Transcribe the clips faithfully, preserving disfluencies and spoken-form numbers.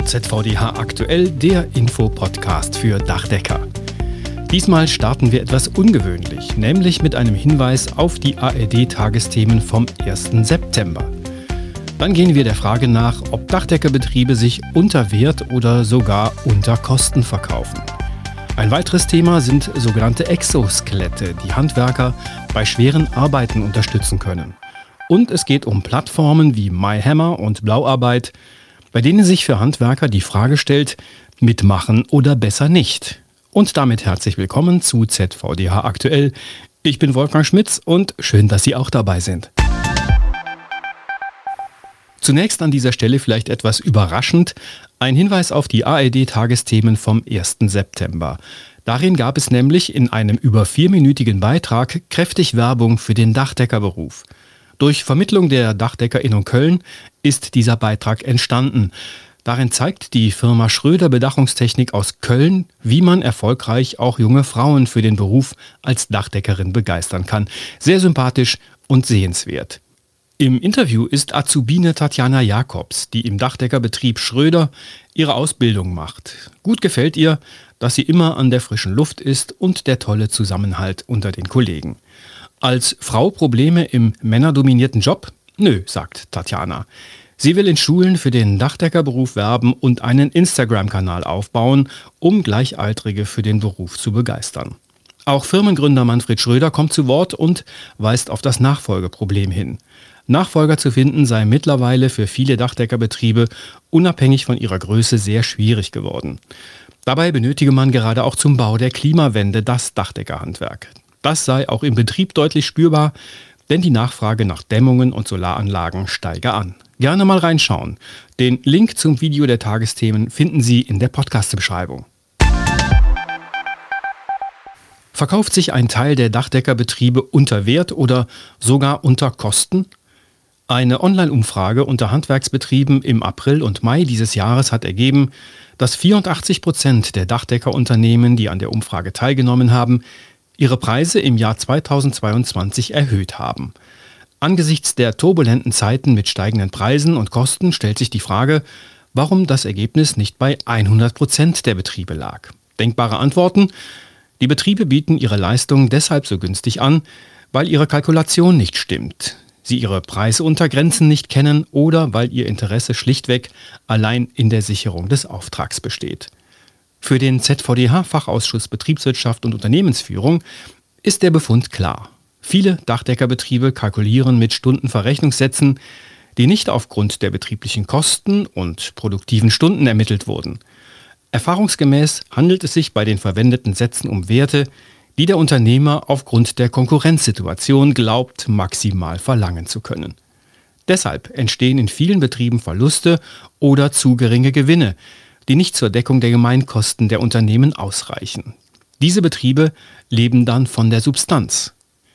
Z V D H aktuell, der Infopodcast für Dachdecker. Diesmal starten wir etwas ungewöhnlich, nämlich mit einem Hinweis auf die A R D-Tagesthemen vom ersten September. Dann gehen wir der Frage nach, ob Dachdeckerbetriebe sich unter Wert oder sogar unter Kosten verkaufen. Ein weiteres Thema sind sogenannte Exoskelette, die Handwerker bei schweren Arbeiten unterstützen können. Und es geht um Plattformen wie MyHammer und Blauarbeit, bei denen sich für Handwerker die Frage stellt, mitmachen oder besser nicht. Und damit herzlich willkommen zu Z V D H aktuell. Ich bin Wolfgang Schmitz und schön, dass Sie auch dabei sind. Zunächst an dieser Stelle vielleicht etwas überraschend, ein Hinweis auf die A R D-Tagesthemen vom ersten September. Darin gab es nämlich in einem über vierminütigen Beitrag kräftig Werbung für den Dachdeckerberuf. Durch Vermittlung der Dachdeckerin Köln ist dieser Beitrag entstanden. Darin zeigt die Firma Schröder Bedachungstechnik aus Köln, wie man erfolgreich auch junge Frauen für den Beruf als Dachdeckerin begeistern kann. Sehr sympathisch und sehenswert. Im Interview ist Azubine Tatjana Jakobs, die im Dachdeckerbetrieb Schröder ihre Ausbildung macht. Gut gefällt ihr, dass sie immer an der frischen Luft ist und der tolle Zusammenhalt unter den Kollegen. Als Frau Probleme im männerdominierten Job? Nö, sagt Tatjana. Sie will in Schulen für den Dachdeckerberuf werben und einen Instagram-Kanal aufbauen, um Gleichaltrige für den Beruf zu begeistern. Auch Firmengründer Manfred Schröder kommt zu Wort und weist auf das Nachfolgeproblem hin. Nachfolger zu finden sei mittlerweile für viele Dachdeckerbetriebe unabhängig von ihrer Größe sehr schwierig geworden. Dabei benötige man gerade auch zum Bau der Klimawende das Dachdeckerhandwerk. Das sei auch im Betrieb deutlich spürbar, denn die Nachfrage nach Dämmungen und Solaranlagen steige an. Gerne mal reinschauen. Den Link zum Video der Tagesthemen finden Sie in der Podcast-Beschreibung. Verkauft sich ein Teil der Dachdeckerbetriebe unter Wert oder sogar unter Kosten? Eine Online-Umfrage unter Handwerksbetrieben im April und Mai dieses Jahres hat ergeben, dass vierundachtzig Prozent der Dachdeckerunternehmen, die an der Umfrage teilgenommen haben, ihre Preise im Jahr zweitausendzweiundzwanzig erhöht haben. Angesichts der turbulenten Zeiten mit steigenden Preisen und Kosten stellt sich die Frage, warum das Ergebnis nicht bei hundert Prozent der Betriebe lag. Denkbare Antworten: Die Betriebe bieten ihre Leistung deshalb so günstig an, weil ihre Kalkulation nicht stimmt, sie ihre Preisuntergrenzen nicht kennen oder weil ihr Interesse schlichtweg allein in der Sicherung des Auftrags besteht. Für den Z V D H-Fachausschuss Betriebswirtschaft und Unternehmensführung ist der Befund klar. Viele Dachdeckerbetriebe kalkulieren mit Stundenverrechnungssätzen, die nicht aufgrund der betrieblichen Kosten und produktiven Stunden ermittelt wurden. Erfahrungsgemäß handelt es sich bei den verwendeten Sätzen um Werte, die der Unternehmer aufgrund der Konkurrenzsituation glaubt, maximal verlangen zu können. Deshalb entstehen in vielen Betrieben Verluste oder zu geringe Gewinne, die nicht zur Deckung der Gemeinkosten der Unternehmen ausreichen. Diese Betriebe leben dann von der Substanz.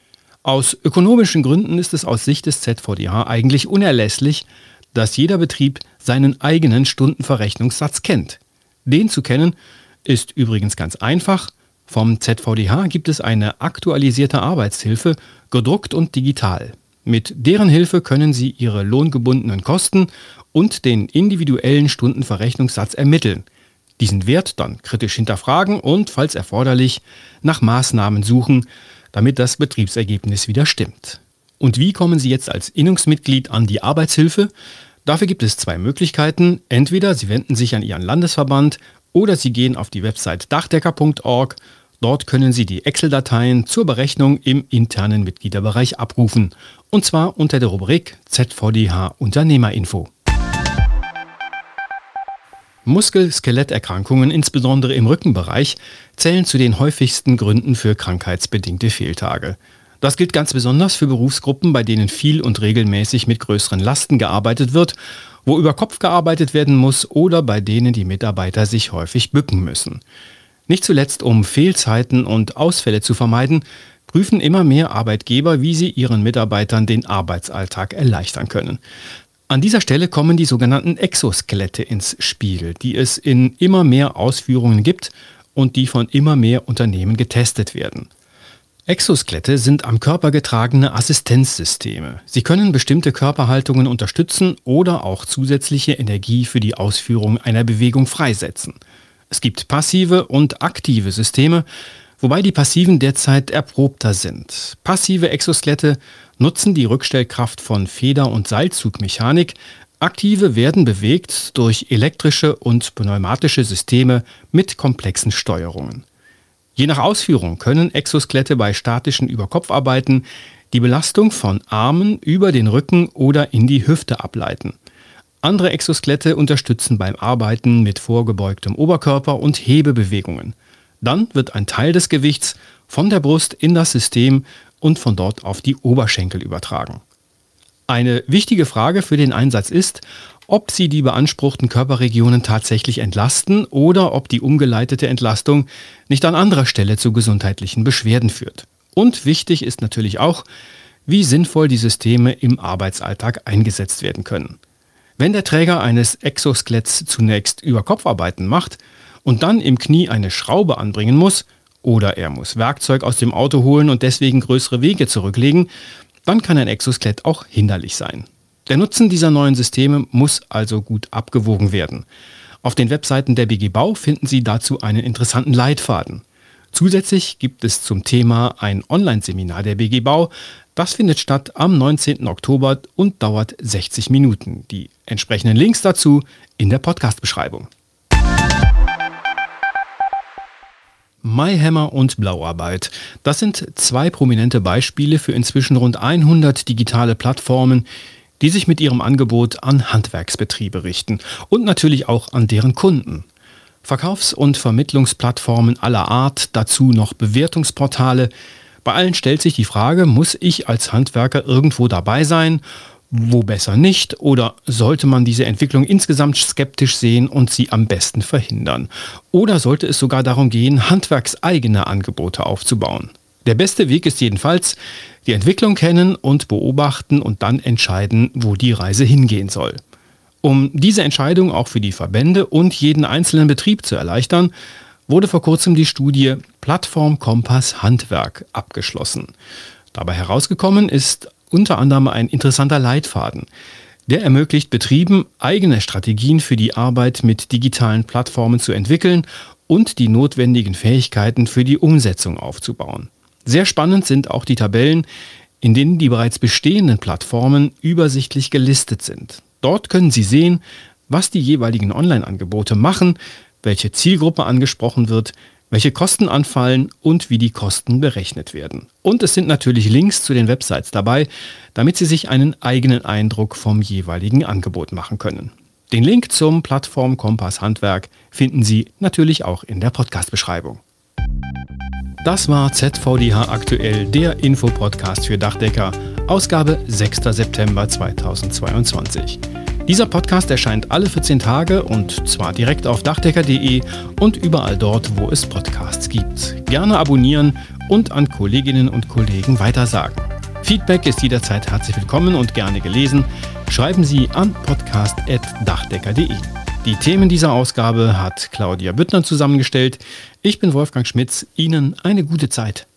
Aus ökonomischen Gründen ist es aus Sicht des Z V D H eigentlich unerlässlich, dass jeder Betrieb seinen eigenen Stundenverrechnungssatz kennt. Den zu kennen ist übrigens ganz einfach. Vom Z V D H gibt es eine aktualisierte Arbeitshilfe, gedruckt und digital. Mit deren Hilfe können Sie Ihre lohngebundenen Kosten und den individuellen Stundenverrechnungssatz ermitteln, diesen Wert dann kritisch hinterfragen und, falls erforderlich, nach Maßnahmen suchen, damit das Betriebsergebnis wieder stimmt. Und wie kommen Sie jetzt als Innungsmitglied an die Arbeitshilfe? Dafür gibt es zwei Möglichkeiten. Entweder Sie wenden sich an Ihren Landesverband oder Sie gehen auf die Website dachdecker punkt org. Dort können Sie die Excel-Dateien zur Berechnung im internen Mitgliederbereich abrufen. Und zwar unter der Rubrik Z V D H Unternehmerinfo. Muskel-Skeletterkrankungen, insbesondere im Rückenbereich, zählen zu den häufigsten Gründen für krankheitsbedingte Fehltage. Das gilt ganz besonders für Berufsgruppen, bei denen viel und regelmäßig mit größeren Lasten gearbeitet wird, wo über Kopf gearbeitet werden muss oder bei denen die Mitarbeiter sich häufig bücken müssen. Nicht zuletzt, um Fehlzeiten und Ausfälle zu vermeiden, prüfen immer mehr Arbeitgeber, wie sie ihren Mitarbeitern den Arbeitsalltag erleichtern können. An dieser Stelle kommen die sogenannten Exoskelette ins Spiel, die es in immer mehr Ausführungen gibt und die von immer mehr Unternehmen getestet werden. Exoskelette sind am Körper getragene Assistenzsysteme. Sie können bestimmte Körperhaltungen unterstützen oder auch zusätzliche Energie für die Ausführung einer Bewegung freisetzen. Es gibt passive und aktive Systeme, wobei die passiven derzeit erprobter sind. Passive Exoskelette nutzen die Rückstellkraft von Feder- und Seilzugmechanik. Aktive werden bewegt durch elektrische und pneumatische Systeme mit komplexen Steuerungen. Je nach Ausführung können Exoskelette bei statischen Überkopfarbeiten die Belastung von Armen über den Rücken oder in die Hüfte ableiten. Andere Exoskelette unterstützen beim Arbeiten mit vorgebeugtem Oberkörper und Hebebewegungen. Dann wird ein Teil des Gewichts von der Brust in das System und von dort auf die Oberschenkel übertragen. Eine wichtige Frage für den Einsatz ist, ob sie die beanspruchten Körperregionen tatsächlich entlasten oder ob die umgeleitete Entlastung nicht an anderer Stelle zu gesundheitlichen Beschwerden führt. Und wichtig ist natürlich auch, wie sinnvoll die Systeme im Arbeitsalltag eingesetzt werden können. Wenn der Träger eines Exoskeletts zunächst Überkopfarbeiten macht und dann im Knie eine Schraube anbringen muss oder er muss Werkzeug aus dem Auto holen und deswegen größere Wege zurücklegen, dann kann ein Exoskelett auch hinderlich sein. Der Nutzen dieser neuen Systeme muss also gut abgewogen werden. Auf den Webseiten der B G Bau finden Sie dazu einen interessanten Leitfaden. Zusätzlich gibt es zum Thema ein Online-Seminar der B G Bau. Das findet statt am neunzehnten Oktober und dauert sechzig Minuten. Die entsprechenden Links dazu in der Podcast-Beschreibung. MyHammer und Blauarbeit. Das sind zwei prominente Beispiele für inzwischen rund hundert digitale Plattformen, die sich mit ihrem Angebot an Handwerksbetriebe richten und natürlich auch an deren Kunden. Verkaufs- und Vermittlungsplattformen aller Art, dazu noch Bewertungsportale. Bei allen stellt sich die Frage, muss ich als Handwerker irgendwo dabei sein? Wo besser nicht? Oder sollte man diese Entwicklung insgesamt skeptisch sehen und sie am besten verhindern? Oder sollte es sogar darum gehen, handwerkseigene Angebote aufzubauen? Der beste Weg ist jedenfalls, die Entwicklung kennen und beobachten und dann entscheiden, wo die Reise hingehen soll. Um diese Entscheidung auch für die Verbände und jeden einzelnen Betrieb zu erleichtern, wurde vor kurzem die Studie Plattform Kompass Handwerk abgeschlossen. Dabei herausgekommen ist unter anderem ein interessanter Leitfaden. Der ermöglicht Betrieben, eigene Strategien für die Arbeit mit digitalen Plattformen zu entwickeln und die notwendigen Fähigkeiten für die Umsetzung aufzubauen. Sehr spannend sind auch die Tabellen, in denen die bereits bestehenden Plattformen übersichtlich gelistet sind. Dort können Sie sehen, was die jeweiligen Online-Angebote machen, welche Zielgruppe angesprochen wird, welche Kosten anfallen und wie die Kosten berechnet werden. Und es sind natürlich Links zu den Websites dabei, damit Sie sich einen eigenen Eindruck vom jeweiligen Angebot machen können. Den Link zum Plattform Kompass Handwerk finden Sie natürlich auch in der Podcast-Beschreibung. Das war Z V D H aktuell, der Infopodcast für Dachdecker, Ausgabe sechster September zweitausendzweiundzwanzig. Dieser Podcast erscheint alle vierzehn Tage und zwar direkt auf dachdecker punkt de und überall dort, wo es Podcasts gibt. Gerne abonnieren und an Kolleginnen und Kollegen weitersagen. Feedback ist jederzeit herzlich willkommen und gerne gelesen. Schreiben Sie an podcast at dachdecker punkt de. Die Themen dieser Ausgabe hat Claudia Büttner zusammengestellt. Ich bin Wolfgang Schmitz. Ihnen eine gute Zeit.